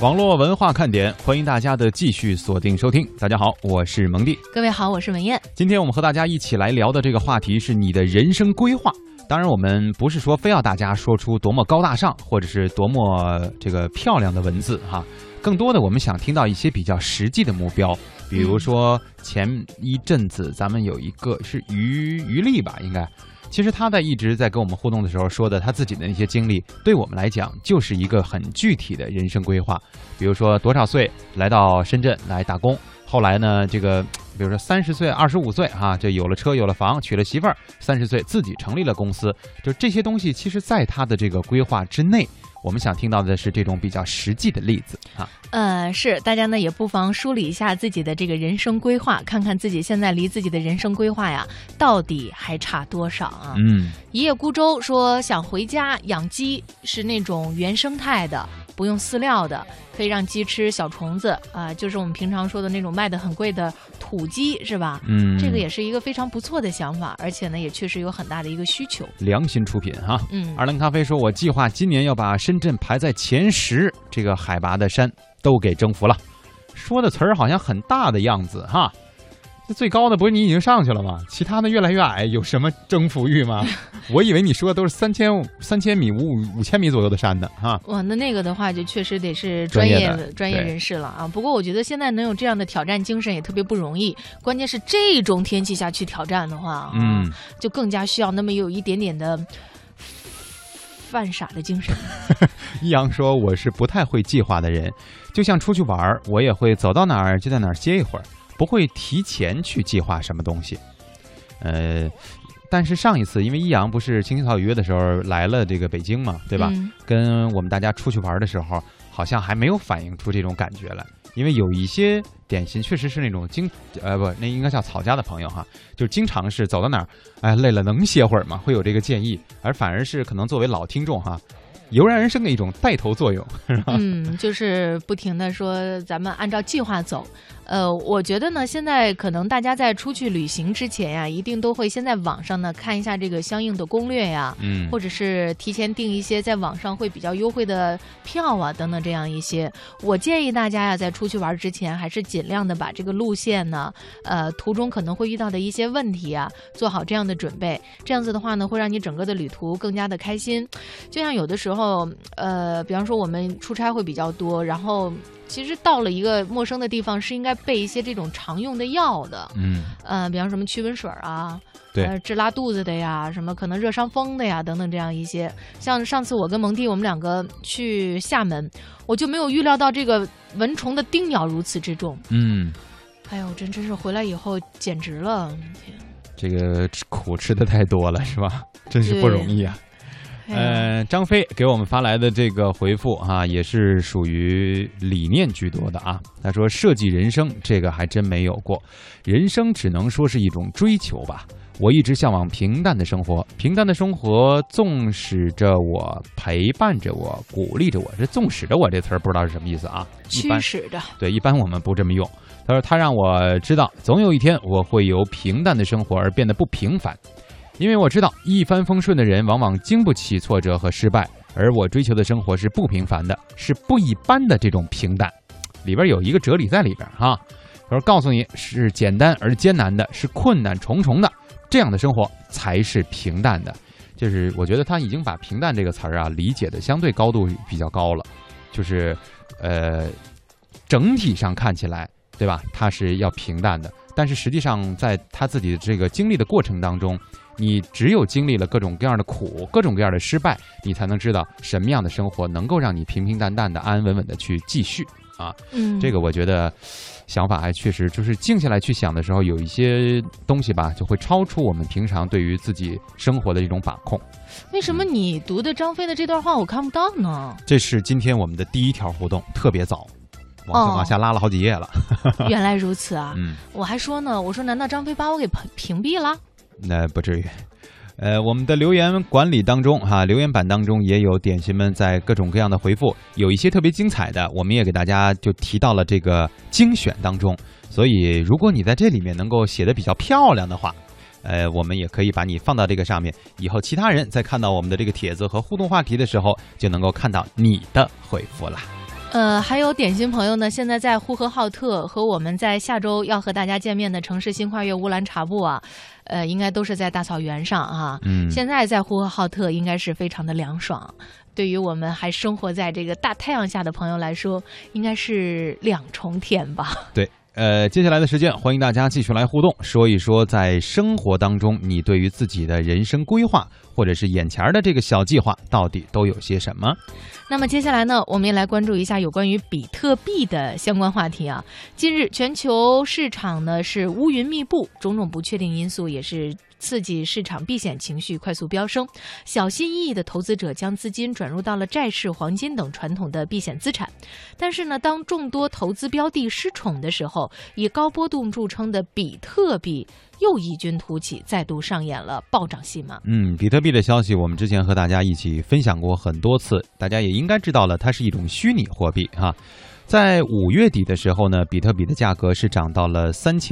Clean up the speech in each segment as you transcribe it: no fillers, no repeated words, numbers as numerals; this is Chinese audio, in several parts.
网络文化看点，欢迎大家的继续锁定收听。大家好，我是蒙蒂。 各位好，我是文燕。 今天我们和大家一起来聊的这个话题是你的人生规划。当然我们不是说非要大家说出多么高大上或者是多么这个漂亮的文字哈，更多的我们想听到一些比较实际的目标。比如说前一阵子咱们有一个是于丽吧，应该其实他一直在跟我们互动的时候说的他自己的那些经历，对我们来讲就是一个很具体的人生规划。比如说多少岁来到深圳来打工，后来呢这个比如说30岁25岁哈，这有了车有了房娶了媳妇儿，30岁自己成立了公司，就这些东西其实在他的这个规划之内。我们想听到的是这种比较实际的例子啊。 是大家呢也不妨梳理一下自己的这个人生规划，看看自己现在离自己的人生规划呀到底还差多少啊。一叶孤舟说想回家养鸡，是那种原生态的，不用饲料的，可以让鸡吃小虫子啊，就是我们平常说的那种卖的很贵的土鸡，是吧？这个也是一个非常不错的想法，而且呢也确实有很大的一个需求。 良心出品哈。二郎咖啡说，我计划今年要把深圳排在前10这个海拔的山都给征服了。说的词儿好像很大的样子哈。这最高的不是你已经上去了吗？其他的越来越矮，有什么征服欲吗？我以为你说的都是3000米、5000米左右的山的哈。 哇，那个的话就确实得是专业人士了啊。不过我觉得现在能有这样的挑战精神也特别不容易，关键是这种天气下去挑战的话，就更加需要那么有一点点的犯傻的精神。 易阳说，我是不太会计划的人，就像出去玩我也会走到哪儿就在哪儿歇一会儿，不会提前去计划什么东西。但是上一次因为易阳不是青青草有约的时候来了这个北京嘛，对吧？跟我们大家出去玩的时候好像还没有反映出这种感觉来。因为有一些典型确实是那种那应该叫草家的朋友哈，就是经常是走到哪儿累了能歇会儿嘛，会有这个建议，而反而是可能作为老听众哈，油然而生的一种带头作用，是吧？ 就是不停的说咱们按照计划走。我觉得呢，现在可能大家在出去旅行之前呀，一定都会先在网上呢看一下这个相应的攻略呀，或者是提前订一些在网上会比较优惠的票啊等等这样一些。我建议大家呀，在出去玩之前，还是尽量的把这个路线呢，途中可能会遇到的一些问题啊，做好这样的准备。这样子的话呢，会让你整个的旅途更加的开心。就像有的时候，比方说我们出差会比较多，然后其实到了一个陌生的地方是应该备一些这种常用的药的，比方什么驱蚊水啊，对，治拉肚子的呀，什么可能热伤风的呀等等这样一些。像上次我跟蒙蒂我们两个去厦门，我就没有预料到这个蚊虫的叮咬如此之重。哎呦，真是回来以后简直了，天， 这个苦吃的太多了是吧？真是不容易啊。张飞给我们发来的这个回复啊，也是属于理念居多的啊。他说，设计人生这个还真没有过，人生只能说是一种追求吧。我一直向往平淡的生活，平淡的生活纵使着我，陪伴着我，鼓励着我。这纵使着我这词儿不知道是什么意思啊？ 驱使着。 对，一般我们不这么用。他说他让我知道，总有一天我会由平淡的生活而变得不平凡。因为我知道一帆风顺的人往往经不起挫折和失败，而我追求的生活是不平凡的，是不一般的这种平淡，里边有一个哲理在里边哈。他说告诉你是简单而艰难的，是困难重重的，这样的生活才是平淡的。就是我觉得他已经把平淡这个词儿啊理解的相对高度比较高了，就是整体上看起来对吧，他是要平淡的，但是实际上在他自己的这个经历的过程当中，你只有经历了各种各样的苦，各种各样的失败，你才能知道什么样的生活能够让你平平淡淡的安安稳稳的去继续啊。这个我觉得想法还确实就是静下来去想的时候，有一些东西吧就会超出我们平常对于自己生活的这种把控。 为什么你读的张飞的这段话我看不到呢？ 这是今天我们的第一条互动，特别早，往下拉了好几页了。 原来如此啊。我还说呢，我说难道张飞把我给屏蔽了？ 那不至于。我们的留言管理当中留言板当中也有点心们在各种各样的回复，有一些特别精彩的，我们也给大家就提到了这个精选当中。所以如果你在这里面能够写得比较漂亮的话，我们也可以把你放到这个上面，以后其他人在看到我们的这个帖子和互动话题的时候，就能够看到你的回复了。 还有点心朋友呢，现在在呼和浩特和我们在下周要和大家见面的城市新跨越乌兰察布啊，应该都是在大草原上啊。现在在呼和浩特应该是非常的凉爽，对于我们还生活在这个大太阳下的朋友来说，应该是2重天吧。 对。接下来的时间，欢迎大家继续来互动，说一说在生活当中，你对于自己的人生规划，或者是眼前的这个小计划，到底都有些什么？ 那么接下来呢，我们也来关注一下有关于比特币的相关话题啊。近日，全球市场呢是乌云密布，种种不确定因素也是刺激市场避险情绪快速飙升，小心翼翼的投资者将资金转入到了债市、黄金等传统的避险资产。但是呢，当众多投资标的失宠的时候，以高波动著称的比特币又异军突起，再度上演了暴涨戏码。 比特币的消息我们之前和大家一起分享过很多次，大家也应该知道了，它是一种虚拟货币哈。在5月底的时候呢，比特币的价格是涨到了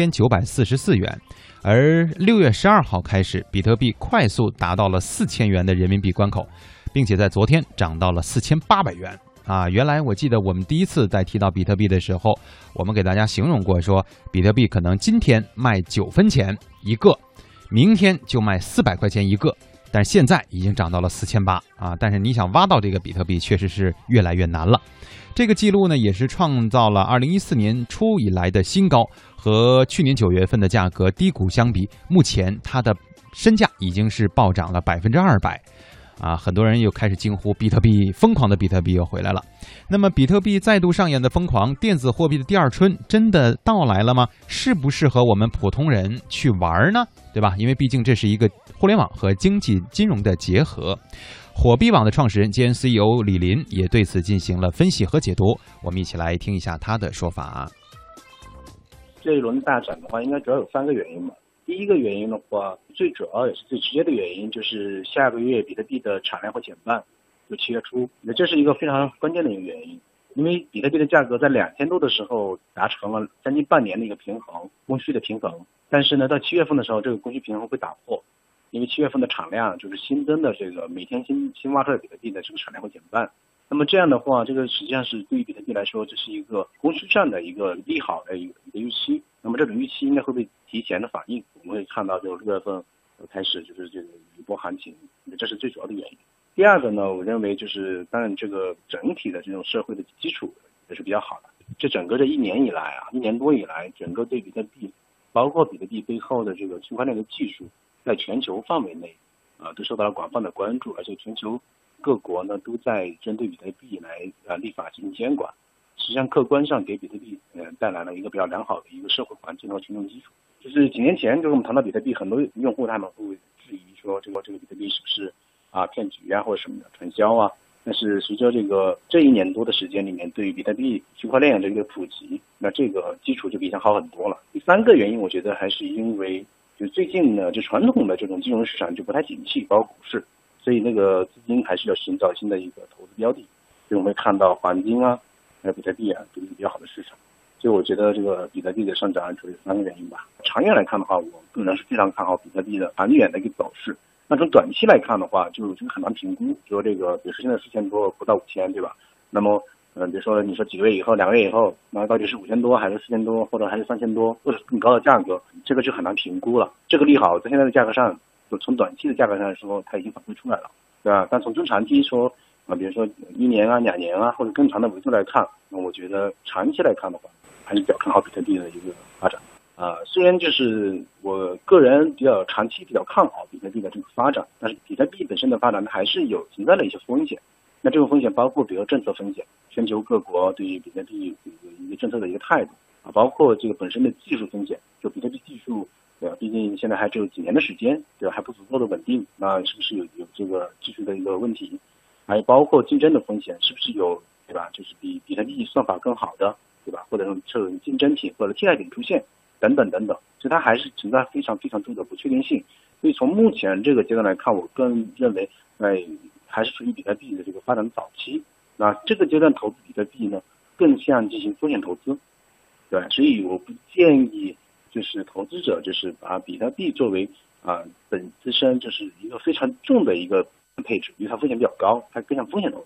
3944元，而6月12号开始，比特币快速达到了4000元的人民币关口，并且在昨天涨到了4800元。原来我记得我们第一次在提到比特币的时候，我们给大家形容过说，比特币可能今天卖9分钱一个，明天就卖400块钱一个，但现在已经涨到了4800啊！但是你想挖到这个比特币，确实是越来越难了。这个记录呢，也是创造了2014年初以来的新高，和去年9月份的价格低谷相比，目前它的身价已经是暴涨了200%。很多人又开始惊呼，比特币，疯狂的比特币又回来了。那么比特币再度上演的疯狂，电子货币的第二春真的到来了吗？适不适合我们普通人去玩呢？对吧？因为毕竟这是一个互联网和经济金融的结合。火币网的创始人兼 CEO 李林也对此进行了分析和解读，我们一起来听一下他的说法。 这一轮大涨的话，应该主要有3个原因吧。第一个原因的话，最主要也是最直接的原因，就是下个月比特币的产量会减半，就7月初，这是一个非常关键的一个原因。因为比特币的价格在2000多的时候达成了将近半年的一个平衡，供需的平衡。但是呢，到7月份的时候，这个供需平衡会打破，因为7月份的产量就是新增的这个每天新挖出来的比特币的这个产量会减半。那么这样的话，这个实际上是对于比特币来说，这是一个供需上的一个利好的一个预期。那么这种预期应该会被提前的反映，我们会看到就6月份开始就是这个一波行情，这是最主要的原因。第二个呢，我认为就是当然这个整体的这种社会的基础也是比较好的。这整个这1年以来1年多以来，整个对比特币，包括比特币背后的这个区块链的技术，在全球范围内都受到了广泛的关注，而且全球各国呢都在针对比特币来立法进行监管。实际上客观上给比特币带来了一个比较良好的一个社会环境和群众基础。就是几年前，就是我们谈到比特币，很多用户他们会质疑说这个比特币是不是骗局或者什么的传销啊？但是随着这1年多的时间里面，对于比特币区块链的一个普及，那这个基础就比以前好很多了。第3个原因，我觉得还是因为就最近呢，就传统的这种金融市场就不太景气，包括股市，所以那个资金还是要寻找新的一个投资标的。所以我们会看到黄金还有比特币都是比较好的市场。所以我觉得这个比特币的上涨主要有3个原因吧。长远来看的话，我个人是非常看好比特币的长远的一个走势。那从短期来看的话，就很难评估，说这个比如说现在4000多不到5000，对吧？那么比如说你说几个月以后、2个月以后，那到底是5000多还是4000多，或者还是3000多，或者是更高的价格，这个就很难评估了。这个利好在现在的价格上，就从短期的价格上来说，它已经反馈出来了，对吧？但从中长期说比如说1年2年或者更长的维度来看，那我觉得长期来看的话，还是比较看好比特币的一个发展。虽然就是我个人长期比较看好比特币的这个发展，但是比特币本身的发展还是存在了一些风险。那这种风险包括比如政策风险，全球各国对于比特币一个政策的一个态度包括这个本身的技术风险，就比特币技术对吧？毕竟现在还只有几年的时间，对吧？还不足够的稳定，那是不是有这个技术的一个问题？还有包括竞争的风险，是不是有对吧？就是比特币算法更好的，对吧？或者这种竞争品或者替代品出现等等等等，所以它还是存在非常非常重的不确定性。所以从目前这个阶段来看，我个人认为还是处于比特币的这个发展早期。那这个阶段投资比特币呢，更像进行风险投资，对，所以我不建议就是投资者就是把比特币作为本自身就是一个非常重的一个配置，因为它风险比较高，它更像风险投资。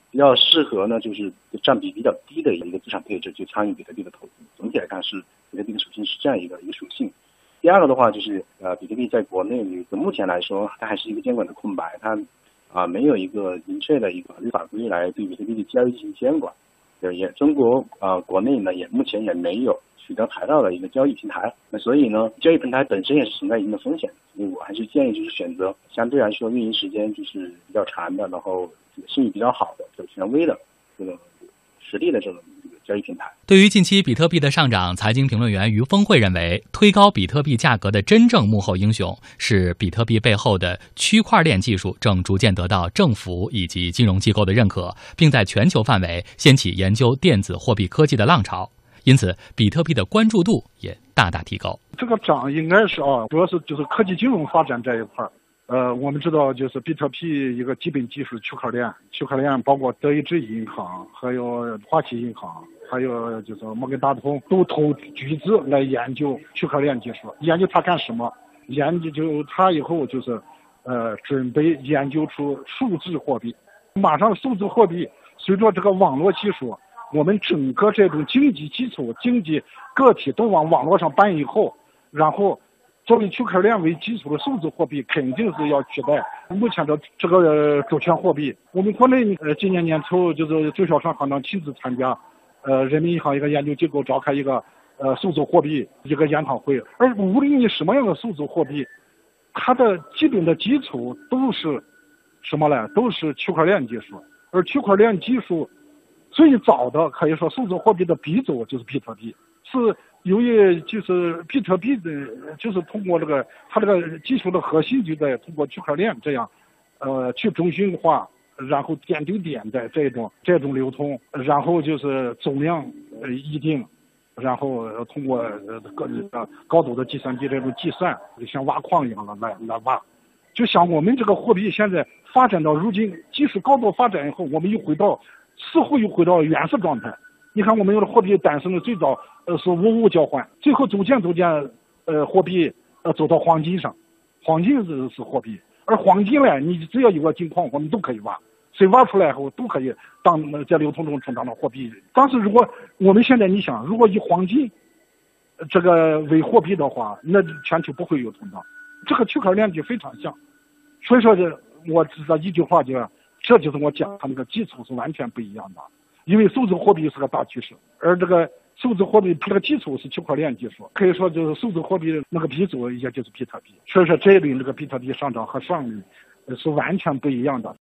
比较适合呢，就是占比比较低的一个资产配置去参与比特币的投资。总体来看是比特币的属性是这样一个属性。第二个的话就是比特币在国内目前来说它还是一个监管的空白，它没有一个明确的一个法规来对比特币的交易进行监管。也中国国内呢目前也没有取得牌照的一个交易平台，那所以呢交易平台本身也是存在一定的风险，所以我还是建议就是选择相对来说运营时间就是比较长的，然后信誉比较好的、有权威的这个实力的这种交易平台。 对于近期比特币的上涨，财经评论员于峰会认为，推高比特币价格的真正幕后英雄是比特币背后的区块链技术正逐渐得到政府以及金融机构的认可，并在全球范围掀起研究电子货币科技的浪潮。因此，比特币的关注度也大大提高。 这个涨应该是主要是就是科技金融发展这一块。我们知道就是比特币一个基本技术区块链，区块链包括德意志银行，还有花旗银行，还有就是摩根大通都投巨资来研究区块链技术。研究它干什么？研究它以后就是准备研究出数字货币。马上数字货币随着这个网络技术，我们整个这种经济基础、经济个体都往网络上搬以后，然后作为区块链为基础的数字货币肯定是要取代目前的这个主权货币。我们国内今年年初就是周小川行长亲自参加人民银行一个研究机构召开一个数字货币一个研讨会，而无论你什么样的数字货币，它的基本的基础都是什么呢？都是区块链技术。而区块链技术最早的可以说数字货币的鼻祖就是比特币，是由于就是比特币的就是通过这个它这个技术的核心就在通过区块链这样去中心化，然后点对点的这种流通，然后就是总量一定，然后通过高度的计算机这种计算，就像挖矿一样的来挖。就像我们这个货币现在发展到如今，技术高度发展以后，我们似乎又回到原始状态。你看我们的货币诞生的最早是物物交换，最后逐渐货币走到黄金上，黄金是货币，而黄金呢，你只要有个金矿，我们都可以挖，谁挖出来后都可以在流通中充当到货币。但是如果我们现在你想，如果以黄金这个为货币的话，那全球不会有通胀。这个区块链就非常像，所以说我知道一句话这就是我讲它那个基础是完全不一样的。因为数字货币是个大趋势，而这个数字货币它这个基础是区块链技术，可以说就是数字货币那个鼻祖也就是比特币。所以说这一轮这个比特币上涨和上轮是完全不一样的。